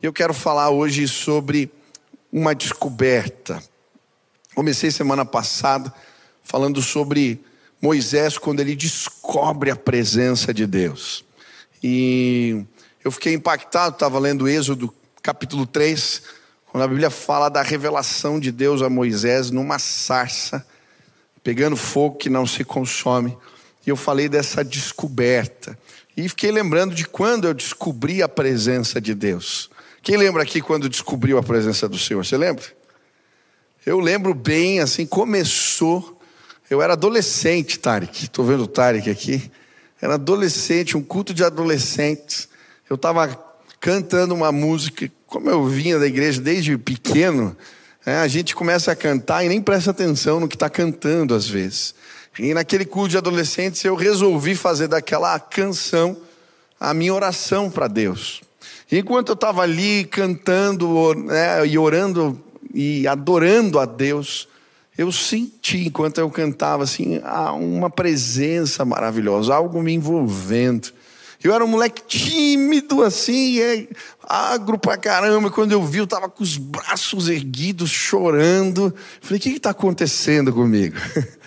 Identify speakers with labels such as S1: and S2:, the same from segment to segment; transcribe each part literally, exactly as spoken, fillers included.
S1: Eu quero falar hoje sobre uma descoberta. Comecei semana passada falando sobre Moisés quando ele descobre a presença de Deus. E eu fiquei impactado, estava lendo Êxodo capítulo três, quando a Bíblia fala da revelação de Deus a Moisés numa sarça, pegando fogo que não se consome. E eu falei dessa descoberta. E fiquei lembrando de quando eu descobri a presença de Deus. Quem lembra aqui quando descobriu a presença do Senhor? Você lembra? Eu lembro bem, assim, começou... Eu era adolescente, Tarek. Estou vendo o Tarek aqui. Era adolescente, um culto de adolescentes. Eu estava cantando uma música. Como eu vinha da igreja desde pequeno, né, a gente começa a cantar e nem presta atenção no que está cantando às vezes. E naquele culto de adolescentes eu resolvi fazer daquela canção a minha oração para Deus. E enquanto eu estava ali cantando, né, e orando e adorando a Deus, eu senti, enquanto eu cantava, assim, uma presença maravilhosa, algo me envolvendo. Eu era um moleque tímido, assim, é, agro pra caramba. Quando eu vi, eu estava com os braços erguidos, chorando. Falei, o que está acontecendo comigo?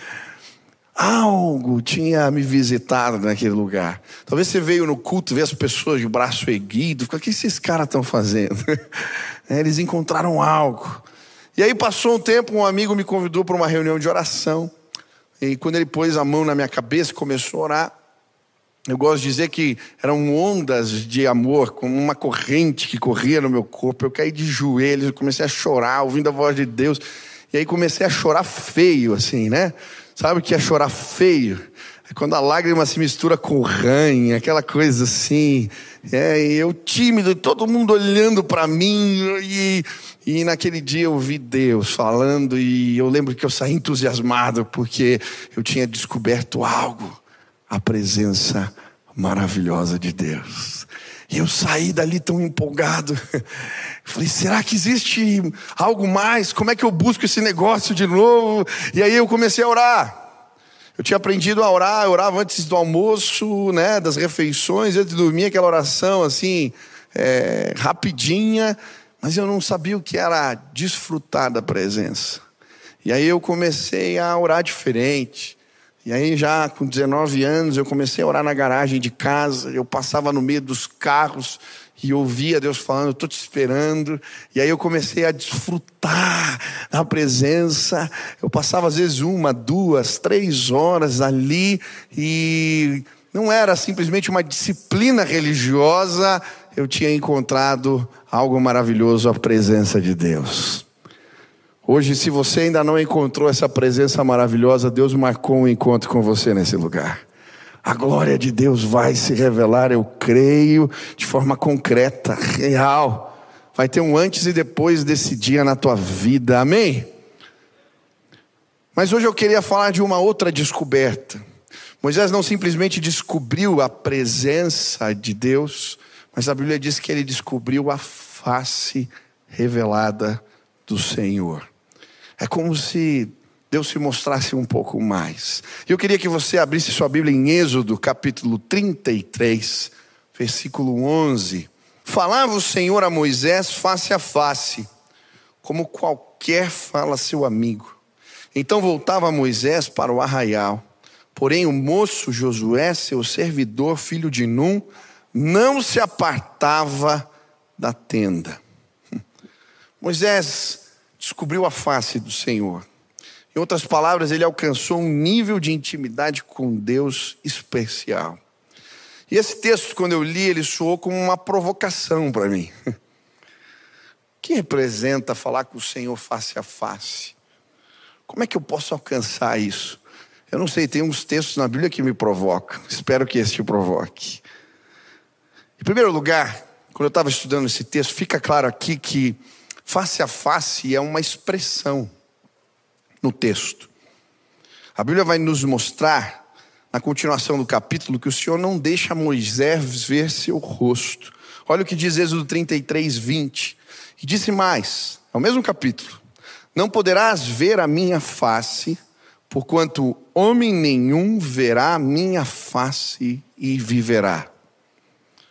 S1: Algo tinha me visitado naquele lugar. Talvez você veio no culto, vê as pessoas de braço erguido. O que esses caras estão fazendo? Eles encontraram algo. E aí passou um tempo, um amigo me convidou para uma reunião de oração. E quando ele pôs a mão na minha cabeça e começou a orar, eu gosto de dizer que eram ondas de amor, como uma corrente que corria no meu corpo. Eu caí de joelhos, eu comecei a chorar, ouvindo a voz de Deus. E aí comecei a chorar feio, assim, né? Sabe o que é chorar feio? É quando a lágrima se mistura com ranho, aquela coisa assim. É, eu tímido, todo mundo olhando para mim. E, e naquele dia eu vi Deus falando. E eu lembro que eu saí entusiasmado, porque eu tinha descoberto algo. A presença maravilhosa de Deus. E eu saí dali tão empolgado. Falei, será que existe algo mais? Como é que eu busco esse negócio de novo? E aí eu comecei a orar. Eu tinha aprendido a orar, eu orava antes do almoço, né, das refeições, antes de dormir, aquela oração assim, é, rapidinha. Mas eu não sabia o que era desfrutar da presença. E aí eu comecei a orar diferente. E aí já com dezenove anos eu comecei a orar na garagem de casa. Eu passava no meio dos carros e ouvia Deus falando, eu estou te esperando. E aí eu comecei a desfrutar da presença. Eu passava às vezes uma, duas, três horas ali. E não era simplesmente uma disciplina religiosa. Eu tinha encontrado algo maravilhoso, a presença de Deus. Hoje, se você ainda não encontrou essa presença maravilhosa, Deus marcou um encontro com você nesse lugar. A glória de Deus vai se revelar, eu creio, de forma concreta, real. Vai ter um antes e depois desse dia na tua vida, amém? Mas hoje eu queria falar de uma outra descoberta. Moisés não simplesmente descobriu a presença de Deus, mas a Bíblia diz que ele descobriu a face revelada do Senhor. É como se Deus se mostrasse um pouco mais. Eu queria que você abrisse sua Bíblia em Êxodo, capítulo trinta e três, versículo onze. Falava o Senhor a Moisés face a face, como qualquer fala seu amigo. Então voltava Moisés para o arraial. Porém o moço Josué, seu servidor, filho de Num, não se apartava da tenda. Moisés descobriu a face do Senhor. Em outras palavras, ele alcançou um nível de intimidade com Deus especial. E esse texto, quando eu li, ele soou como uma provocação para mim. O que representa falar com o Senhor face a face? Como é que eu posso alcançar isso? Eu não sei, tem uns textos na Bíblia que me provocam. Espero que esse te provoque. Em primeiro lugar, quando eu estava estudando esse texto, fica claro aqui que face a face é uma expressão no texto. A Bíblia vai nos mostrar, na continuação do capítulo, que o Senhor não deixa Moisés ver seu rosto. Olha o que diz Êxodo trinta e três, vinte. E disse mais, é o mesmo capítulo. Não poderás ver a minha face, porquanto homem nenhum verá a minha face e viverá. O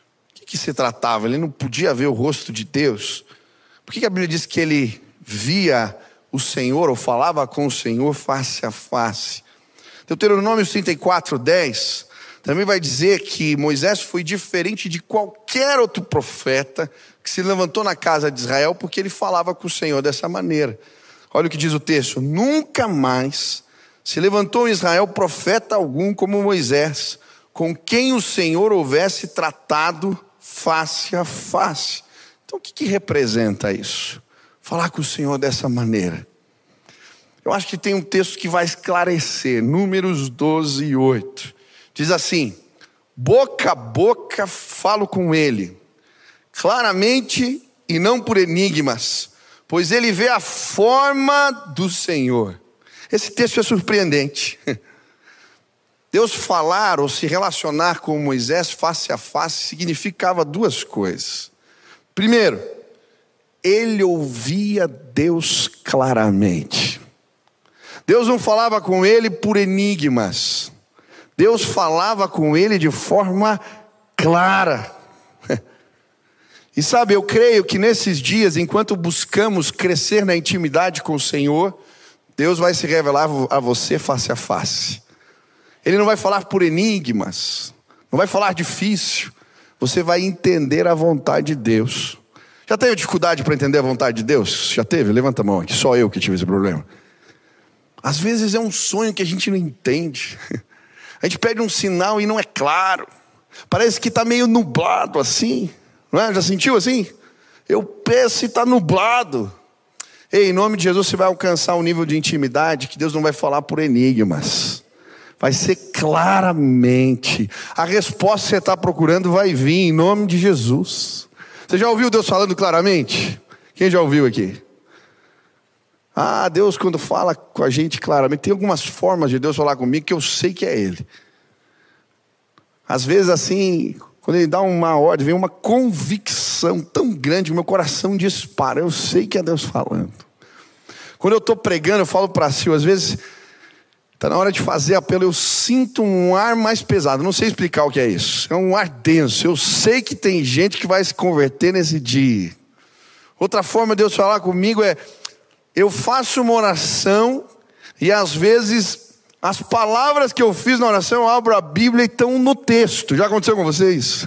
S1: que se tratava? Ele não podia ver o rosto de Deus? Por que a Bíblia diz que ele via o Senhor, ou falava com o Senhor face a face? Deuteronômio trinta e quatro, dez, também vai dizer que Moisés foi diferente de qualquer outro profeta que se levantou na casa de Israel, porque ele falava com o Senhor dessa maneira. Olha o que diz o texto: nunca mais se levantou em Israel profeta algum como Moisés, com quem o Senhor houvesse tratado face a face. Então o que, que representa isso? Falar com o Senhor dessa maneira. Eu acho que tem um texto que vai esclarecer. Números doze, oito. Diz assim: boca a boca falo com ele, claramente e não por enigmas, pois ele vê a forma do Senhor. Esse texto é surpreendente. Deus falar ou se relacionar com Moisés face a face significava duas coisas. Primeiro, ele ouvia Deus claramente. Deus não falava com ele por enigmas. Deus falava com ele de forma clara. E sabe, eu creio que nesses dias, enquanto buscamos crescer na intimidade com o Senhor, Deus vai se revelar a você face a face. Ele não vai falar por enigmas, não vai falar difícil. Você vai entender a vontade de Deus. Já teve dificuldade para entender a vontade de Deus? Já teve? Levanta a mão aqui, só eu que tive esse problema. Às vezes é um sonho que a gente não entende. A gente pede um sinal e não é claro. Parece que está meio nublado assim, não é? Já sentiu assim? Eu peço e está nublado. Ei, em nome de Jesus você vai alcançar um nível de intimidade que Deus não vai falar por enigmas. Vai ser claramente. A resposta que você está procurando vai vir em nome de Jesus. Você já ouviu Deus falando claramente? Quem já ouviu aqui? Ah, Deus quando fala com a gente claramente, tem algumas formas de Deus falar comigo que eu sei que é Ele. Às vezes assim, quando Ele dá uma ordem, vem uma convicção tão grande, meu coração dispara, eu sei que é Deus falando. Quando eu estou pregando, eu falo para si, às vezes está na hora de fazer apelo, eu sinto um ar mais pesado, não sei explicar o que é isso, é um ar denso, eu sei que tem gente que vai se converter nesse dia. Outra forma de Deus falar comigo é, eu faço uma oração e às vezes as palavras que eu fiz na oração, eu abro a Bíblia e estão no texto. Já aconteceu com vocês?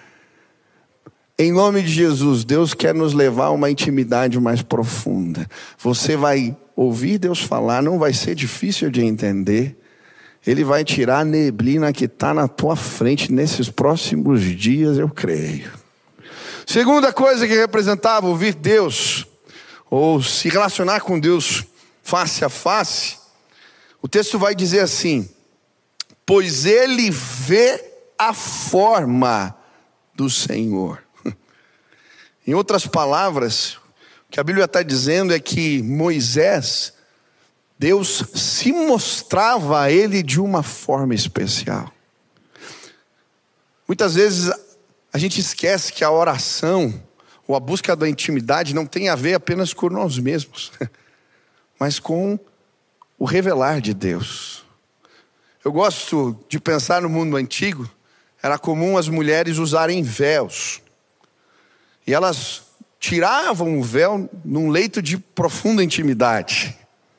S1: Em nome de Jesus, Deus quer nos levar a uma intimidade mais profunda. Você vai ouvir Deus falar, não vai ser difícil de entender. Ele vai tirar a neblina que está na tua frente nesses próximos dias, eu creio. Segunda coisa que representava ouvir Deus, ou se relacionar com Deus face a face, o texto vai dizer assim: pois ele vê a forma do Senhor. Em outras palavras, o que a Bíblia está dizendo é que Moisés, Deus se mostrava a ele de uma forma especial. Muitas vezes a gente esquece que a oração ou a busca da intimidade não tem a ver apenas com nós mesmos, mas com o revelar de Deus. Eu gosto de pensar no mundo antigo, era comum as mulheres usarem véus. E elas tiravam o véu num leito de profunda intimidade.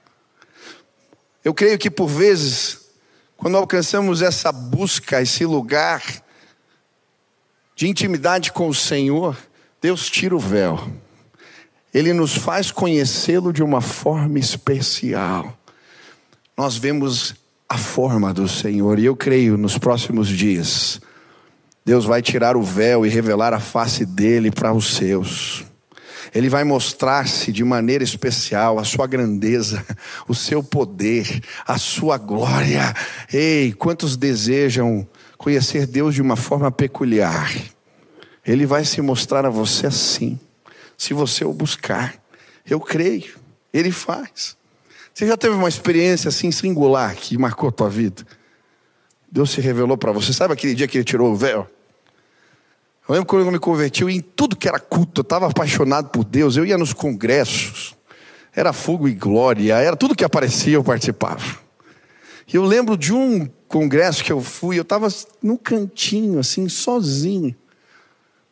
S1: Eu creio que por vezes, quando alcançamos essa busca, esse lugar de intimidade com o Senhor, Deus tira o véu. Ele nos faz conhecê-lo de uma forma especial. Nós vemos a forma do Senhor. E eu creio, nos próximos dias, Deus vai tirar o véu e revelar a face dele para os seus. Ele vai mostrar-se de maneira especial, a sua grandeza, o seu poder, a sua glória. Ei, quantos desejam conhecer Deus de uma forma peculiar? Ele vai se mostrar a você assim, se você o buscar. Eu creio, Ele faz. Você já teve uma experiência assim singular que marcou a tua vida? Deus se revelou para você. Sabe aquele dia que Ele tirou o véu? Eu lembro quando eu me converti, eu ia em tudo que era culto, eu estava apaixonado por Deus, eu ia nos congressos, era fogo e glória, era tudo que aparecia eu participava. E eu lembro de um congresso que eu fui, eu estava num cantinho assim, sozinho.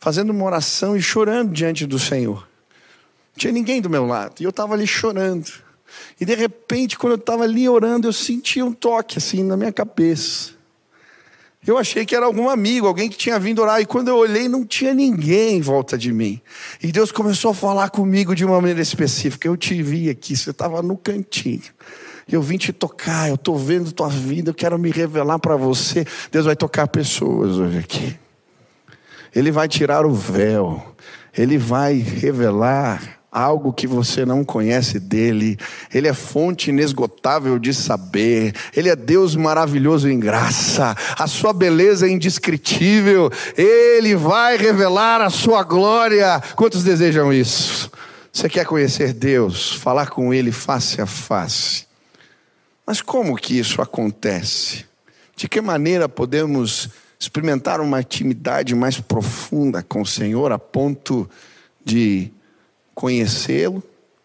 S1: fazendo uma oração e chorando diante do Senhor. Não tinha ninguém do meu lado, e eu estava ali chorando. E de repente, quando eu estava ali orando, eu senti um toque assim na minha cabeça. Eu achei que era algum amigo, alguém que tinha vindo orar. E quando eu olhei, não tinha ninguém em volta de mim. E Deus começou a falar comigo de uma maneira específica. Eu te vi aqui, você estava no cantinho. Eu vim te tocar, eu estou vendo tua vida, eu quero me revelar para você. Deus vai tocar pessoas hoje aqui. Ele vai tirar o véu. Ele vai revelar algo que você não conhece dele. Ele é fonte inesgotável de saber. Ele é Deus maravilhoso em graça. A sua beleza é indescritível. Ele vai revelar a sua glória. Quantos desejam isso? Você quer conhecer Deus? Falar com Ele face a face? Mas como que isso acontece? De que maneira podemos experimentar uma intimidade mais profunda com o Senhor a ponto de conhecê-lo,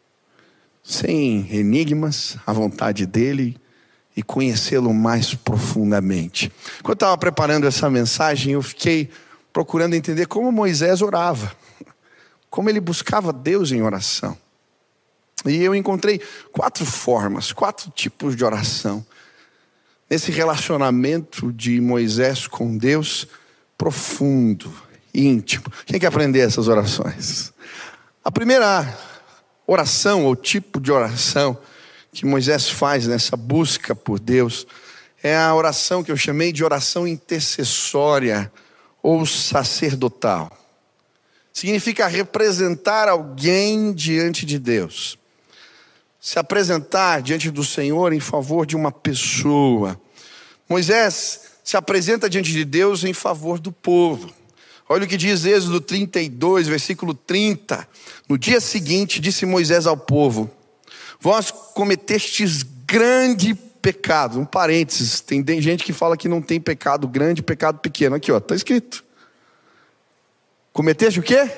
S1: sem enigmas, a vontade dele, e conhecê-lo mais profundamente? Quando eu estava preparando essa mensagem, eu fiquei procurando entender como Moisés orava, como ele buscava Deus em oração. E eu encontrei quatro formas, quatro tipos de oração, nesse relacionamento de Moisés com Deus, profundo, íntimo. Quem quer aprender essas orações? A primeira oração, ou tipo de oração, que Moisés faz nessa busca por Deus, é a oração que eu chamei de oração intercessória, ou sacerdotal. Significa representar alguém diante de Deus. Se apresentar diante do Senhor em favor de uma pessoa. Moisés se apresenta diante de Deus em favor do povo. Olha o que diz Êxodo trinta e dois, versículo trinta. No dia seguinte, disse Moisés ao povo: vós cometestes grande pecado. Um parênteses, tem gente que fala que não tem pecado grande, pecado pequeno. Aqui, ó, está escrito. Cometeste o quê?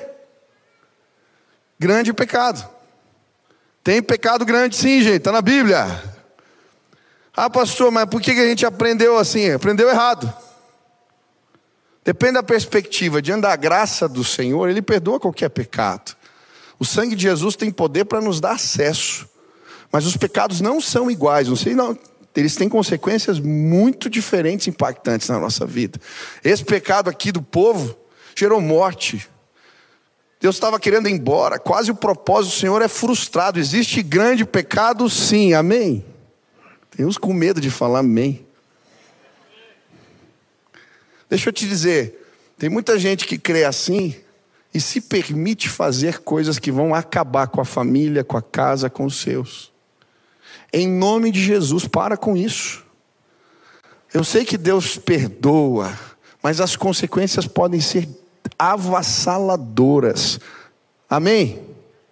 S1: Grande pecado. Tem pecado grande sim, gente, está na Bíblia. Ah, pastor, mas por que a gente aprendeu assim? Aprendeu errado. Depende da perspectiva. Diante da graça do Senhor, Ele perdoa qualquer pecado. O sangue de Jesus tem poder para nos dar acesso. Mas os pecados não são iguais. Não sei, não. Eles têm consequências muito diferentes, impactantes na nossa vida. Esse pecado aqui do povo gerou morte. Deus estava querendo ir embora. Quase o propósito do Senhor é frustrado. Existe grande pecado? Sim, amém. Tem uns com medo de falar amém. Deixa eu te dizer, tem muita gente que crê assim e se permite fazer coisas que vão acabar com a família, com a casa, com os seus. Em nome de Jesus, para com isso. Eu sei que Deus perdoa, mas as consequências podem ser avassaladoras. Amém?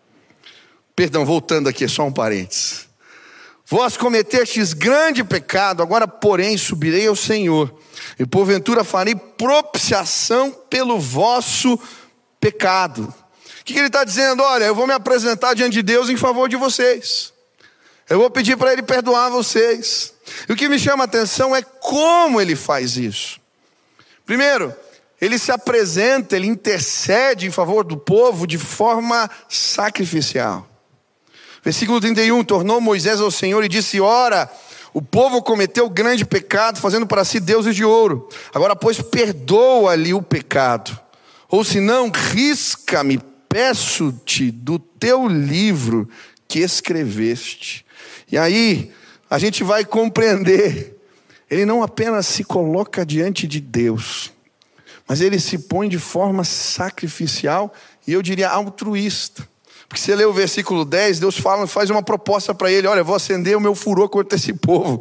S1: Perdão, voltando aqui, só um parênteses. Vós cometestes grande pecado, agora porém subirei ao Senhor, e porventura farei propiciação pelo vosso pecado. O que ele está dizendo? Olha, eu vou me apresentar diante de Deus em favor de vocês. Eu vou pedir para Ele perdoar vocês. E o que me chama a atenção é como Ele faz isso. Primeiro, Ele se apresenta, Ele intercede em favor do povo de forma sacrificial. Versículo trinta e um, tornou Moisés ao Senhor e disse: ora, o povo cometeu grande pecado, fazendo para si deuses de ouro. Agora, pois, perdoa-lhe o pecado. Ou se não, risca-me, peço-te, do teu livro que escreveste. E aí, a gente vai compreender. Ele não apenas se coloca diante de Deus, mas ele se põe de forma sacrificial, e eu diria altruísta. Porque você lê o versículo dez, Deus fala, faz uma proposta para ele: olha, eu vou acender o meu furor contra esse povo.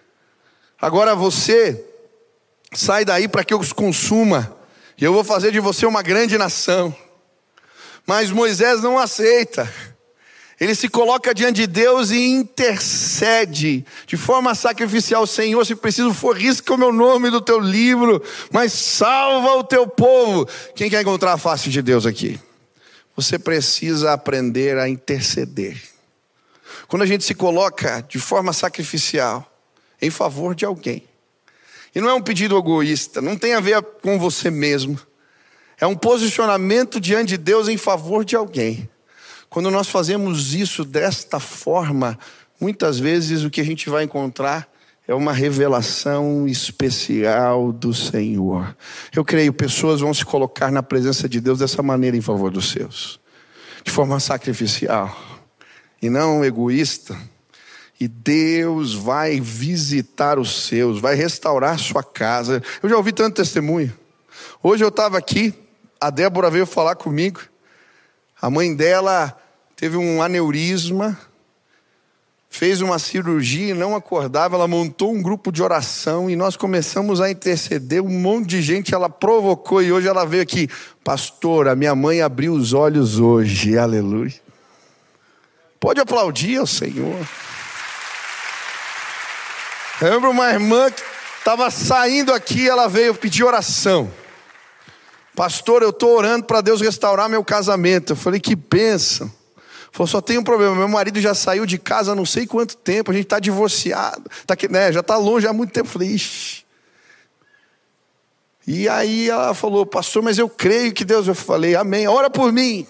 S1: Agora você sai daí para que eu os consuma, e eu vou fazer de você uma grande nação. Mas Moisés não aceita. Ele se coloca diante de Deus e intercede de forma sacrificial: Senhor, se preciso for, risca o meu nome do teu livro, mas salva o teu povo. Quem quer encontrar a face de Deus aqui? Você precisa aprender a interceder. Quando a gente se coloca de forma sacrificial em favor de alguém, e não é um pedido egoísta, não tem a ver com você mesmo, É um posicionamento diante de Deus em favor de alguém. Quando nós fazemos isso desta forma, muitas vezes o que a gente vai encontrar é uma revelação especial do Senhor. Eu creio que pessoas vão se colocar na presença de Deus dessa maneira em favor dos seus. De forma sacrificial. E não egoísta. E Deus vai visitar os seus. Vai restaurar sua casa. Eu já ouvi tanto testemunho. Hoje eu estava aqui. A Débora veio falar comigo. A mãe dela teve um aneurisma. Fez uma cirurgia e não acordava, ela montou um grupo de oração e nós começamos a interceder, um monte de gente ela provocou e hoje ela veio aqui, pastor, a minha mãe abriu os olhos hoje, aleluia. Pode aplaudir ao Senhor. Eu lembro uma irmã que estava saindo aqui, ela veio pedir oração. Pastor, eu estou orando para Deus restaurar meu casamento. Eu falei, que bênção. Falou, só tem um problema, meu marido já saiu de casa há não sei quanto tempo, a gente está divorciado, tá, né, já está longe há muito tempo. Eu falei, ixi. E aí ela falou, pastor, mas eu creio que Deus, eu falei, amém, ora por mim.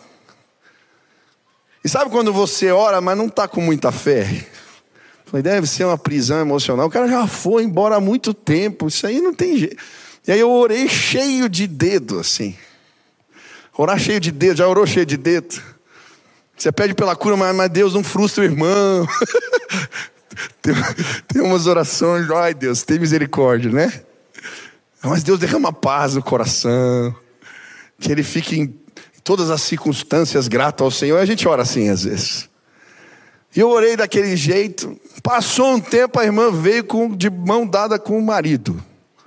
S1: E sabe quando você ora, mas não está com muita fé? Eu falei, deve ser uma prisão emocional, o cara já foi embora há muito tempo, isso aí não tem jeito. E aí eu orei cheio de dedo, assim. Orar cheio de dedo, já orou cheio de dedo? Você pede pela cura, mas, mas Deus não frustra o irmão. tem, tem umas orações, ai Deus, tem misericórdia, né? Mas Deus derrama paz no coração. Que ele fique em todas as circunstâncias grato ao Senhor. A gente ora assim às vezes. E eu orei daquele jeito. Passou um tempo, a irmã veio com, de mão dada com o marido.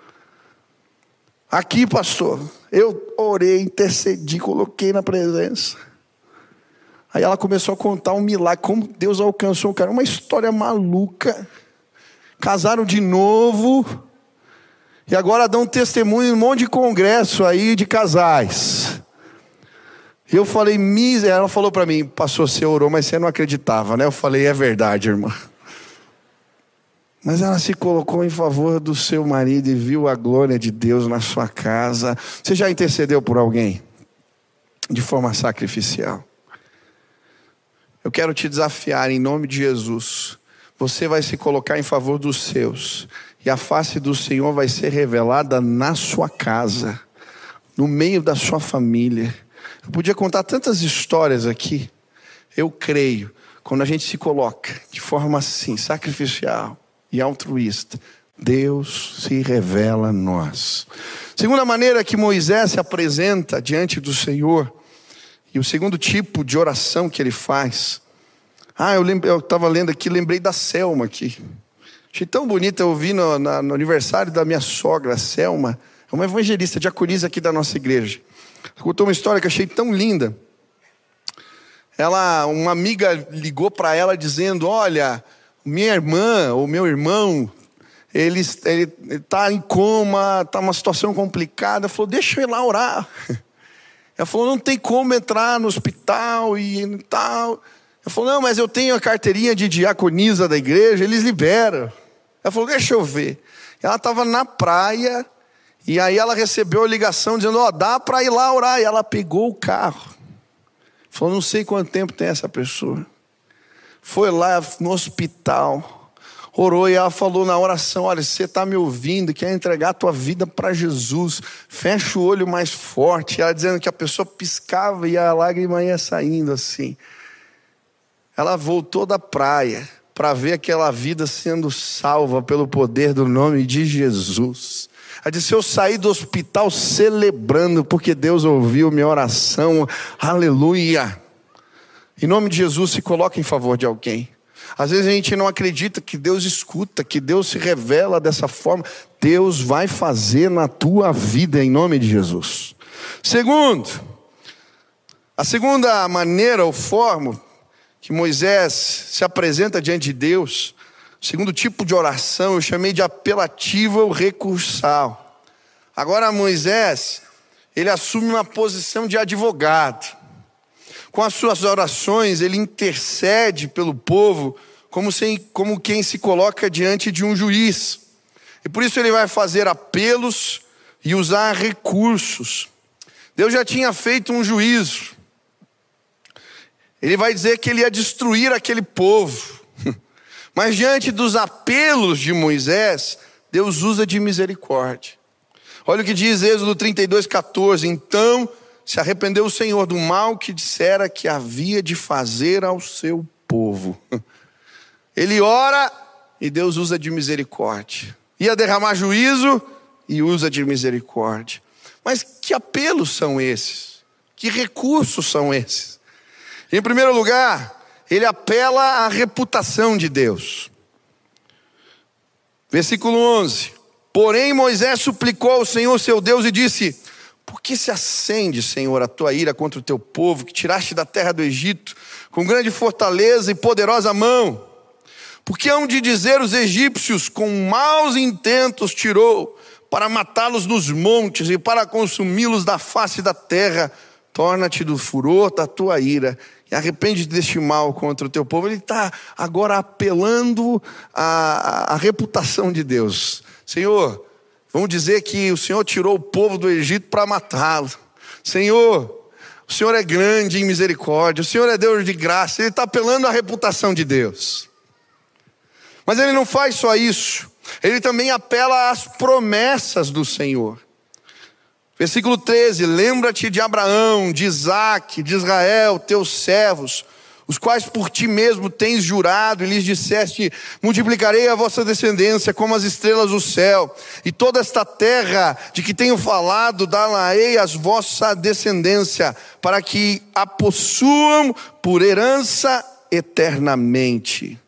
S1: Aqui, pastor, eu orei, intercedi, coloquei na presença. Aí ela começou a contar um milagre, como Deus alcançou o cara. Uma história maluca. Casaram de novo. E agora dão testemunho em um monte de congresso aí de casais. E eu falei, miséria. Ela falou para mim, pastor, você orou, mas você não acreditava, né? Eu falei, é verdade, irmã. Mas ela se colocou em favor do seu marido e viu a glória de Deus na sua casa. Você já intercedeu por alguém? De forma sacrificial. Eu quero te desafiar em nome de Jesus. Você vai se colocar em favor dos seus. E a face do Senhor vai ser revelada na sua casa. No meio da sua família. Eu podia contar tantas histórias aqui. Eu creio. Quando a gente se coloca de forma assim, sacrificial e altruísta. Deus se revela a nós. Segunda maneira que Moisés se apresenta diante do Senhor. E o segundo tipo de oração que ele faz. Ah, eu estava lendo aqui, lembrei da Selma aqui. Achei tão bonita, eu vi no, na, no aniversário da minha sogra, a Selma. É uma evangelista, diaconisa aqui da nossa igreja. Contou uma história que eu achei tão linda. Ela, uma amiga ligou para ela dizendo, olha, minha irmã ou meu irmão, ele está em coma, está numa situação complicada. Ela falou, deixa eu ir lá orar. Ela falou, não tem como entrar no hospital e tal. Ela falou, não, mas eu tenho a carteirinha de diaconisa da igreja, eles liberam. Ela falou, deixa eu ver. Ela estava na praia, e aí ela recebeu a ligação dizendo, ó, oh, dá para ir lá orar. E ela pegou o carro. Falou, não sei quanto tempo tem essa pessoa. Foi lá no hospital. Orou e ela falou na oração, olha, você está me ouvindo, quer entregar a tua vida para Jesus, fecha o olho mais forte. Ela dizendo que a pessoa piscava e a lágrima ia saindo assim. Ela voltou da praia para ver aquela vida sendo salva pelo poder do nome de Jesus. Ela disse, eu saí do hospital celebrando, porque Deus ouviu minha oração, aleluia. Em nome de Jesus, se coloca em favor de alguém. Às vezes a gente não acredita que Deus escuta, que Deus se revela dessa forma. Deus vai fazer na tua vida em nome de Jesus. Segundo, a segunda maneira ou forma que Moisés se apresenta diante de Deus, o segundo tipo de oração eu chamei de apelativa ou recursal. Agora Moisés, ele assume uma posição de advogado. Com as suas orações, ele intercede pelo povo como, sem, como quem se coloca diante de um juiz. E por isso ele vai fazer apelos e usar recursos. Deus já tinha feito um juízo. Ele vai dizer que ele ia destruir aquele povo. Mas diante dos apelos de Moisés, Deus usa de misericórdia. Olha o que diz Êxodo trinta e dois, quatorze. Então se arrependeu o Senhor do mal que dissera que havia de fazer ao seu povo. Ele ora e Deus usa de misericórdia. Ia derramar juízo e usa de misericórdia. Mas que apelos são esses? Que recursos são esses? Em primeiro lugar, ele apela à reputação de Deus. Versículo onze. Porém Moisés suplicou ao Senhor seu Deus e disse: por que se acende, Senhor, a tua ira contra o teu povo, que tiraste da terra do Egito, com grande fortaleza e poderosa mão? Porque hão de dizer os egípcios, com maus intentos tirou, para matá-los nos montes e para consumi-los da face da terra. Torna-te do furor da tua ira e arrepende-te deste mal contra o teu povo. Ele está agora apelando à, à, à reputação de Deus. Senhor, vamos dizer que o Senhor tirou o povo do Egito para matá-lo. Senhor, o Senhor é grande em misericórdia, o Senhor é Deus de graça. Ele está apelando à reputação de Deus. Mas ele não faz só isso, ele também apela às promessas do Senhor. Versículo treze, lembra-te de Abraão, de Isaque, de Israel, teus servos, os quais por ti mesmo tens jurado, e lhes disseste: multiplicarei a vossa descendência como as estrelas do céu, e toda esta terra de que tenho falado, dar-la-ei às vossa descendência, para que a possuam por herança eternamente.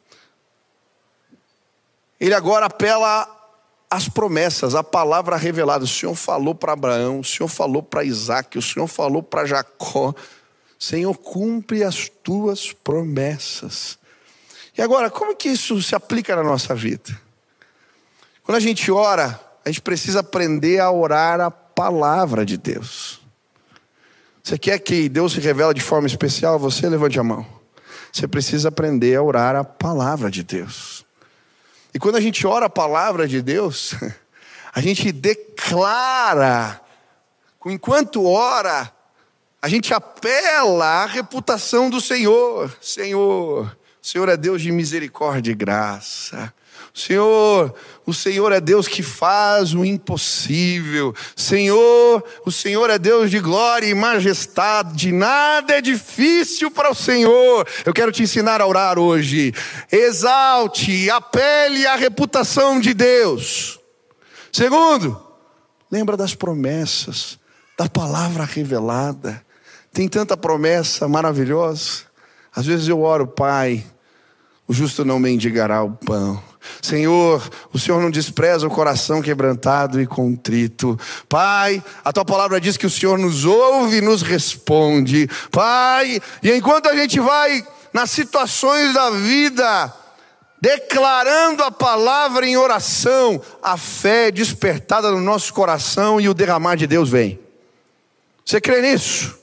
S1: Ele agora apela às promessas, a palavra revelada. O Senhor falou para Abraão, o Senhor falou para Isaque, o Senhor falou para Jacó. Senhor, cumpre as tuas promessas. E agora, como que isso se aplica na nossa vida? Quando a gente ora, a gente precisa aprender a orar a palavra de Deus. Você quer que Deus se revele de forma especial? Você levante a mão. Você precisa aprender a orar a palavra de Deus. E quando a gente ora a palavra de Deus, a gente declara, enquanto ora, a gente apela à reputação do Senhor. Senhor, o Senhor é Deus de misericórdia e graça. O Senhor, o Senhor é Deus que faz o impossível. Senhor, o Senhor é Deus de glória e majestade. Nada é difícil para o Senhor. Eu quero te ensinar a orar hoje. Exalte, apele à reputação de Deus. Segundo, lembra das promessas, da palavra revelada. Tem tanta promessa maravilhosa. Às vezes eu oro: Pai, o justo não mendigará o pão. Senhor, o Senhor não despreza o coração quebrantado e contrito. Pai, a tua palavra diz que o Senhor nos ouve e nos responde. Pai, e enquanto a gente vai nas situações da vida, declarando a palavra em oração, a fé é despertada no nosso coração e o derramar de Deus vem. Você crê nisso?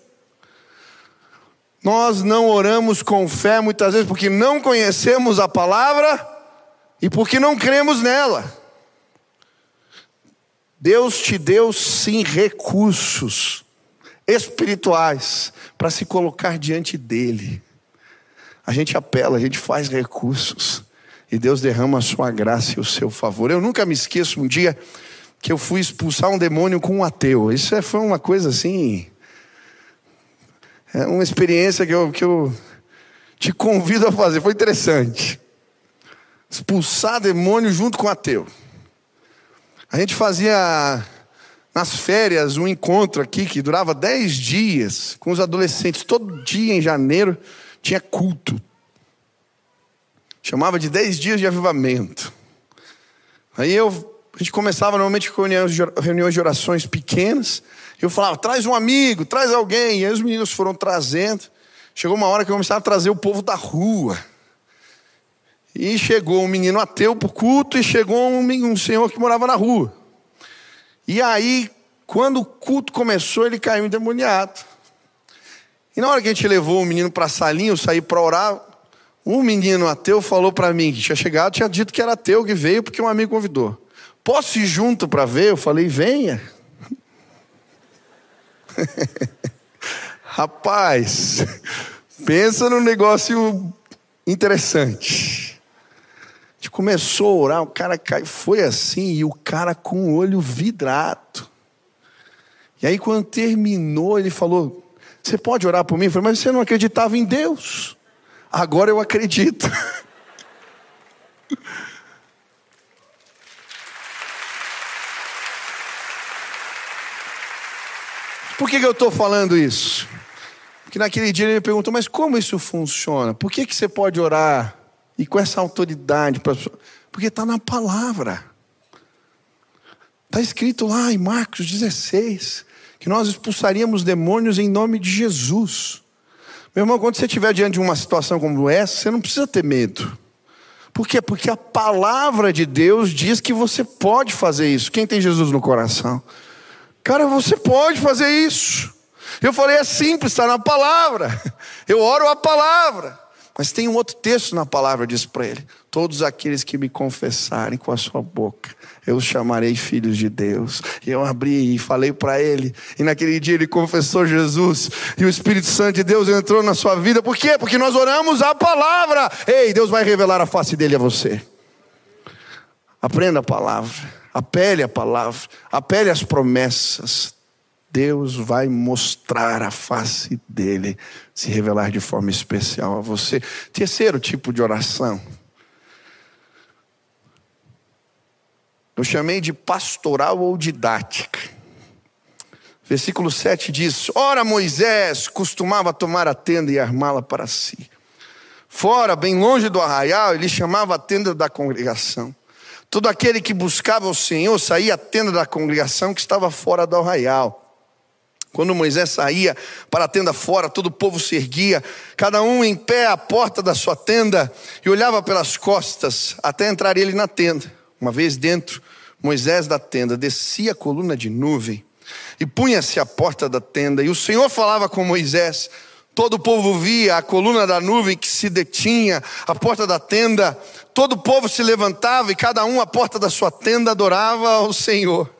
S1: Nós não oramos com fé muitas vezes porque não conhecemos a palavra e porque não cremos nela. Deus te deu sim recursos espirituais para se colocar diante dele. A gente apela, a gente faz recursos e Deus derrama a sua graça e o seu favor. Eu nunca me esqueço um dia que eu fui expulsar um demônio com um ateu. Isso foi uma coisa assim, é uma experiência que eu, que eu te convido a fazer. Foi interessante. Expulsar demônio junto com ateu. A gente fazia nas férias um encontro aqui que durava dez dias com os adolescentes. Todo dia em janeiro tinha culto. Chamava de dez dias de avivamento. Aí eu, a gente começava normalmente com reuniões de, reuniões de orações pequenas. Eu falava: traz um amigo, traz alguém. E aí os meninos foram trazendo. Chegou uma hora que eu começava a trazer o povo da rua. E chegou um menino ateu para o culto e chegou um, um senhor que morava na rua. E aí, quando o culto começou, ele caiu endemoniado. E na hora que a gente levou o menino para a salinha, eu saí para orar, um menino ateu falou para mim que tinha chegado, tinha dito que era ateu, que veio porque um amigo convidou. Posso ir junto para ver? Eu falei: venha. Rapaz, pensa num negócio interessante. A gente começou a orar, o cara caiu, foi assim, e o cara com o olho vidrado. E aí quando terminou, ele falou: você pode orar por mim? Eu falei: mas você não acreditava em Deus. Agora eu acredito. Por que que eu estou falando isso? Porque naquele dia ele me perguntou: mas como isso funciona? Por que que você pode orar e com essa autoridade? Porque está na palavra. Está escrito lá em Marcos dezesseis, que nós expulsaríamos demônios em nome de Jesus. Meu irmão, quando você estiver diante de uma situação como essa, você não precisa ter medo. Por quê? Porque a palavra de Deus diz que você pode fazer isso. Quem tem Jesus no coração? Cara, você pode fazer isso. Eu falei: é simples, está na palavra. Eu oro a palavra. Mas tem um outro texto na palavra, diz para ele: todos aqueles que me confessarem com a sua boca, eu os chamarei filhos de Deus. E eu abri e falei para ele, e naquele dia ele confessou Jesus, e o Espírito Santo de Deus entrou na sua vida. Por quê? Porque nós oramos a palavra. Ei, Deus vai revelar a face dele a você. Aprenda a palavra, apele a palavra, apele às promessas. Deus vai mostrar a face dele, se revelar de forma especial a você. Terceiro tipo de oração, eu chamei de pastoral ou didática. Versículo sete diz: ora, Moisés costumava tomar a tenda e armá-la para si. Fora, bem longe do arraial, ele chamava a tenda da congregação. Todo aquele que buscava o Senhor saía à tenda da congregação que estava fora do arraial. Quando Moisés saía para a tenda fora, todo o povo se erguia, cada um em pé à porta da sua tenda, e olhava pelas costas até entrar ele na tenda. Uma vez dentro, Moisés da tenda descia a coluna de nuvem e punha-se à porta da tenda, e o Senhor falava com Moisés. Todo o povo via a coluna da nuvem que se detinha à porta da tenda. Todo o povo se levantava e cada um à porta da sua tenda adorava ao Senhor.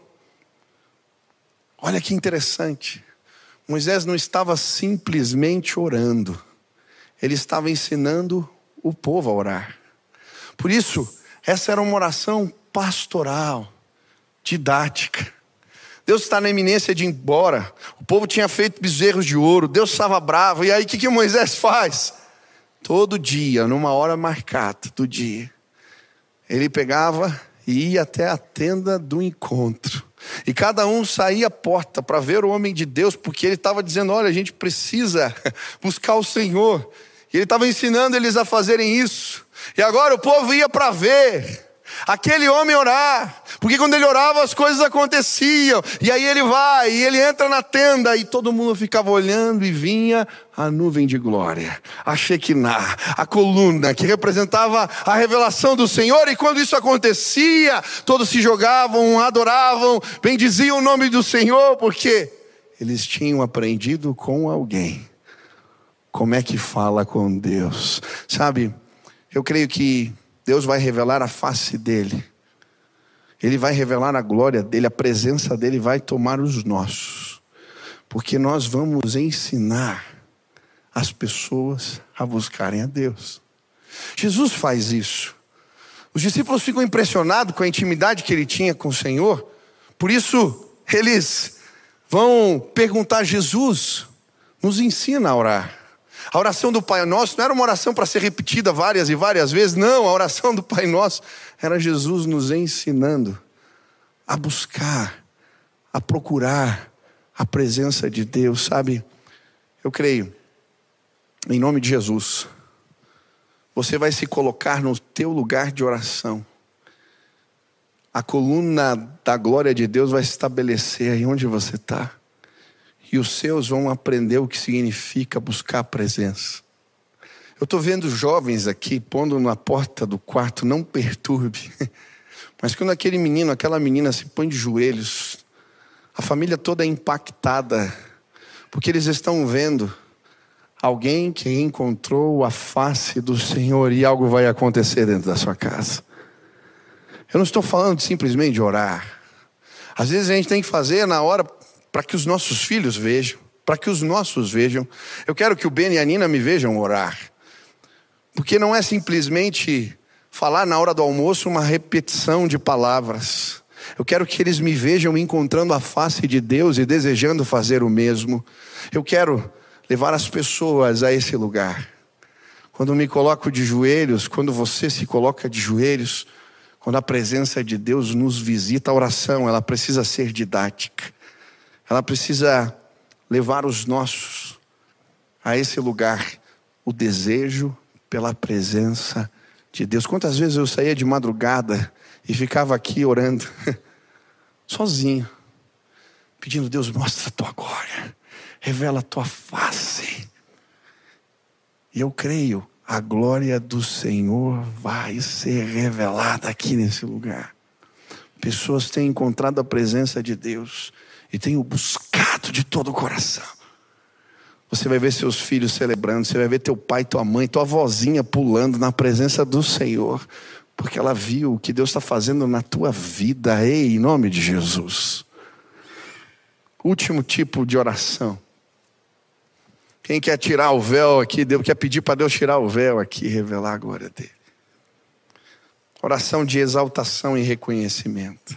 S1: Olha que interessante. Moisés não estava simplesmente orando. Ele estava ensinando o povo a orar. Por isso, essa era uma oração pastoral, didática. Deus está na iminência de ir embora. O povo tinha feito bezerros de ouro. Deus estava bravo. E aí o que, que Moisés faz? Todo dia, numa hora marcada do dia, ele pegava e ia até a tenda do encontro. E cada um saía à porta para ver o homem de Deus, porque ele estava dizendo: olha, a gente precisa buscar o Senhor. E ele estava ensinando eles a fazerem isso. E agora o povo ia para ver aquele homem orar, porque quando ele orava as coisas aconteciam. E aí ele vai, e ele entra na tenda, e todo mundo ficava olhando, e vinha a nuvem de glória, a Shekinah, a coluna que representava a revelação do Senhor. E quando isso acontecia, todos se jogavam, adoravam, bendiziam o nome do Senhor, porque eles tinham aprendido com alguém como é que fala com Deus. Sabe, eu creio que Deus vai revelar a face dele. Ele vai revelar a glória dele, a presença dele vai tomar os nossos. Porque nós vamos ensinar as pessoas a buscarem a Deus. Jesus faz isso. Os discípulos ficam impressionados com a intimidade que ele tinha com o Senhor. Por isso, eles vão perguntar a Jesus: nos ensina a orar. A oração do Pai Nosso não era uma oração para ser repetida várias e várias vezes. Não, a oração do Pai Nosso era Jesus nos ensinando a buscar, a procurar a presença de Deus. Sabe, eu creio, em nome de Jesus, você vai se colocar no teu lugar de oração. A coluna da glória de Deus vai se estabelecer aí onde você está. E os seus vão aprender o que significa buscar a presença. Eu estou vendo jovens aqui pondo na porta do quarto: não perturbe. Mas quando aquele menino, aquela menina se põe de joelhos, a família toda é impactada, porque eles estão vendo alguém que encontrou a face do Senhor, e algo vai acontecer dentro da sua casa. Eu não estou falando simplesmente de orar. Às vezes a gente tem que fazer na hora para que os nossos filhos vejam, para que os nossos vejam. Eu quero que o Ben e a Nina me vejam orar. Porque não é simplesmente falar na hora do almoço uma repetição de palavras. Eu quero que eles me vejam encontrando a face de Deus e desejando fazer o mesmo. Eu quero levar as pessoas a esse lugar. Quando me coloco de joelhos, quando você se coloca de joelhos, quando a presença de Deus nos visita, a oração, ela precisa ser didática. Ela precisa levar os nossos a esse lugar. O desejo pela presença de Deus. Quantas vezes eu saía de madrugada e ficava aqui orando, sozinho, pedindo: Deus, mostra a tua glória, revela a tua face. E eu creio, a glória do Senhor vai ser revelada aqui nesse lugar. Pessoas têm encontrado a presença de Deus e têm o buscado de todo o coração. Você vai ver seus filhos celebrando, você vai ver teu pai, tua mãe, tua vozinha pulando na presença do Senhor, porque ela viu o que Deus está fazendo na tua vida. Ei, em nome de Jesus. Último tipo de oração. Quem quer tirar o véu aqui, Deus quer pedir para Deus tirar o véu aqui e revelar a glória dele. Oração de exaltação e reconhecimento.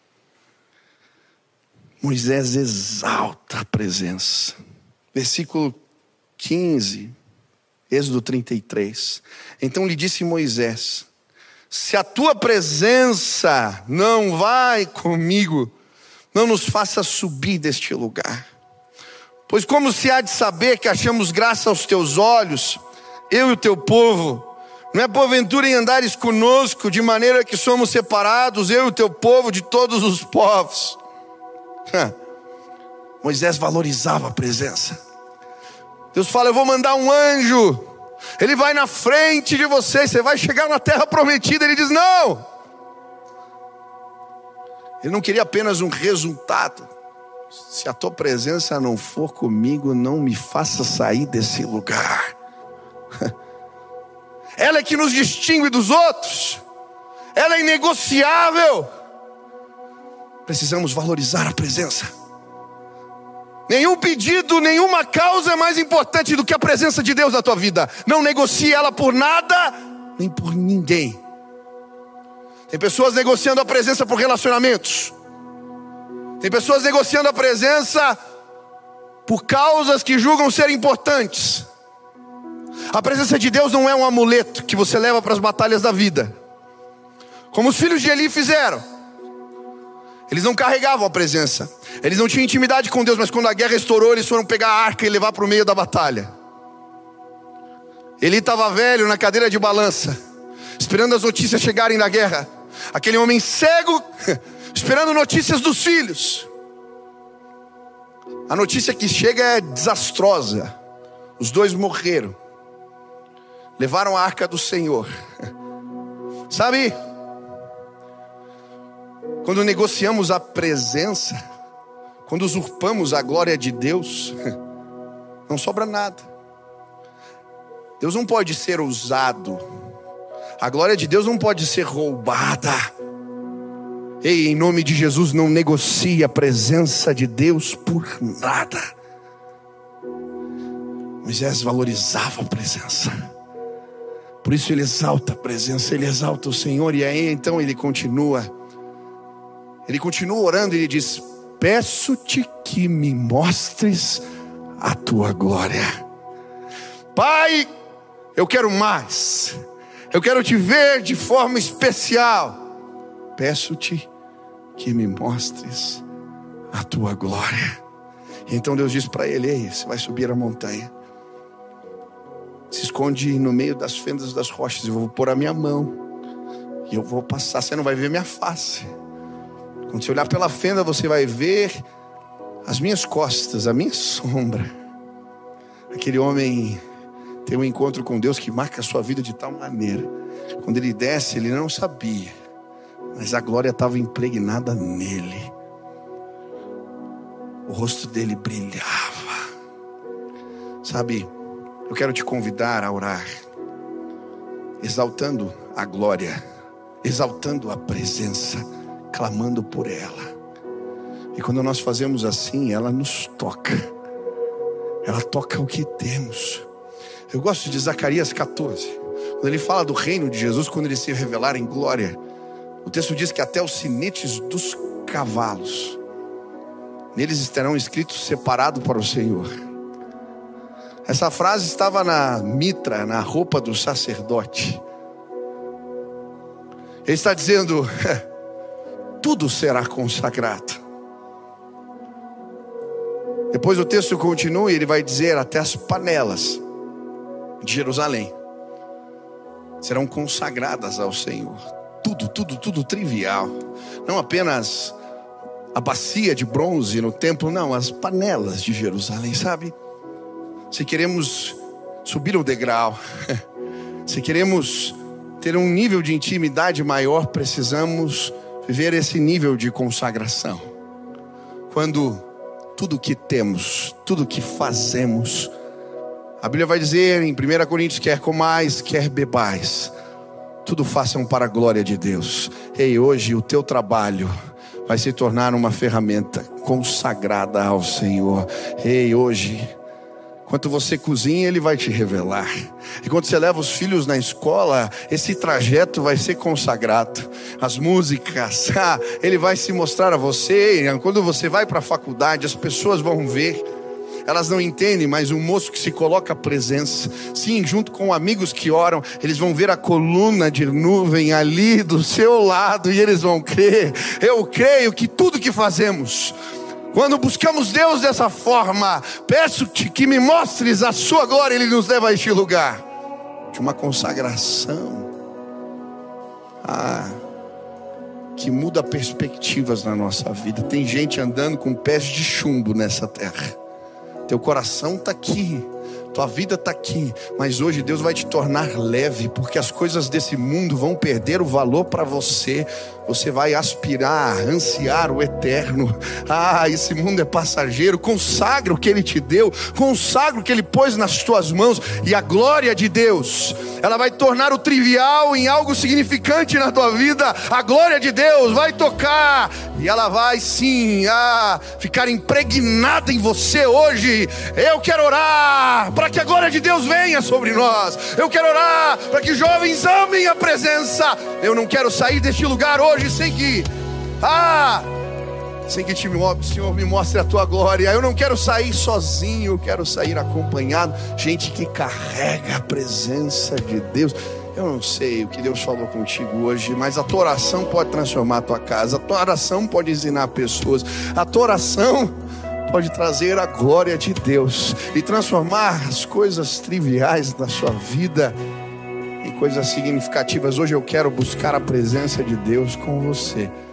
S1: Moisés exalta a presença. Versículo quinze, Êxodo trinta e três. Então lhe disse Moisés: se a tua presença não vai comigo, não nos faça subir deste lugar. Pois como se há de saber que achamos graça aos teus olhos, eu e o teu povo? Não é porventura em andares conosco, de maneira que somos separados, eu e o teu povo, de todos os povos. Moisés valorizava a presença. Deus fala: eu vou mandar um anjo, ele vai na frente de vocês, você vai chegar na terra prometida. Ele diz: não. Ele não queria apenas um resultado. Se a tua presença não for comigo, não me faça sair desse lugar. Ela é que nos distingue dos outros. Ela é inegociável. Precisamos valorizar a presença. Nenhum pedido, nenhuma causa é mais importante do que a presença de Deus na tua vida. Não negocie ela por nada, nem por ninguém. Tem pessoas negociando a presença por relacionamentos. Tem pessoas negociando a presença por causas que julgam ser importantes. A presença de Deus não é um amuleto que você leva para as batalhas da vida, como os filhos de Eli fizeram. Eles não carregavam a presença, eles não tinham intimidade com Deus, mas quando a guerra estourou, eles foram pegar a arca e levar para o meio da batalha. Eli estava velho na cadeira de balança, esperando as notícias chegarem da guerra. Aquele homem cego, esperando notícias dos filhos. A notícia que chega é desastrosa. Os dois morreram. Levaram a arca do Senhor. Sabe, quando negociamos a presença, quando usurpamos a glória de Deus, não sobra nada. Deus não pode ser usado. A glória de Deus não pode ser roubada. Ei, em nome de Jesus, não negocie a presença de Deus por nada. Moisés valorizava a presença. Por isso ele exalta a presença, ele exalta o Senhor. E aí então ele continua. Ele continua orando e ele diz: peço-te que me mostres a tua glória. Pai, eu quero mais. Eu quero te ver de forma especial. Peço-te que me mostres a tua glória. E então Deus diz para ele: ei, você vai subir a montanha. Se esconde no meio das fendas das rochas. Eu vou pôr a minha mão e eu vou passar. Você não vai ver minha face. Quando você olhar pela fenda, você vai ver as minhas costas, a minha sombra. Aquele homem tem um encontro com Deus que marca a sua vida de tal maneira. Quando ele desce, ele não sabia, mas a glória estava impregnada nele. O rosto dele brilhava. Sabe, eu quero te convidar a orar, exaltando a glória, exaltando a presença, clamando por ela. E quando nós fazemos assim, ela nos toca. Ela toca o que temos. Eu gosto de Zacarias catorze. Quando ele fala do reino de Jesus, quando ele se revelar em glória, o texto diz que até os sinetes dos cavalos, neles estarão escritos separado para o Senhor. Essa frase estava na mitra, na roupa do sacerdote. Ele está dizendo, tudo será consagrado. Depois o texto continua e ele vai dizer, até as panelas de Jerusalém serão consagradas ao Senhor. Tudo, tudo, tudo trivial. Não apenas a bacia de bronze no templo, não, as panelas de Jerusalém, sabe? Se queremos subir o degrau, se queremos ter um nível de intimidade maior, precisamos viver esse nível de consagração. Quando tudo que temos, tudo que fazemos, a Bíblia vai dizer em primeira Coríntios, quer comais, quer bebais, tudo façam para a glória de Deus. Ei, hoje o teu trabalho vai se tornar uma ferramenta consagrada ao Senhor. Ei, hoje, enquanto você cozinha, Ele vai te revelar. E quando você leva os filhos na escola, esse trajeto vai ser consagrado. As músicas, ah, Ele vai se mostrar a você. Quando você vai para a faculdade, as pessoas vão ver. Elas não entendem, mas um moço que se coloca à presença, sim, junto com amigos que oram, eles vão ver a coluna de nuvem ali do seu lado e eles vão crer. Eu creio que tudo que fazemos, quando buscamos Deus dessa forma, peço-te que me mostres a sua glória. Ele nos leva a este lugar de uma consagração, ah, que muda perspectivas na nossa vida. Tem gente andando com pés de chumbo nessa terra. Teu coração está aqui, tua vida está aqui, mas hoje Deus vai te tornar leve, porque as coisas desse mundo vão perder o valor para você. Você vai aspirar, ansiar o eterno. Ah, esse mundo é passageiro. Consagra o que Ele te deu, consagra o que Ele pôs nas tuas mãos, e a glória de Deus, ela vai tornar o trivial em algo significante na tua vida. A glória de Deus vai tocar, e ela vai sim ah, ficar impregnada em você hoje. Eu quero orar para que a glória de Deus venha sobre nós. Eu quero orar para que jovens amem a presença. Eu não quero sair deste lugar hoje sem que ah, sem que o Senhor me mostre a tua glória. Eu não quero sair sozinho, eu quero sair acompanhado. Gente que carrega a presença de Deus. Eu não sei o que Deus falou contigo hoje, mas a tua oração pode transformar a tua casa. A tua oração pode ensinar pessoas. A tua oração pode trazer a glória de Deus e transformar as coisas triviais da sua vida em coisas significativas. Hoje eu quero buscar a presença de Deus com você.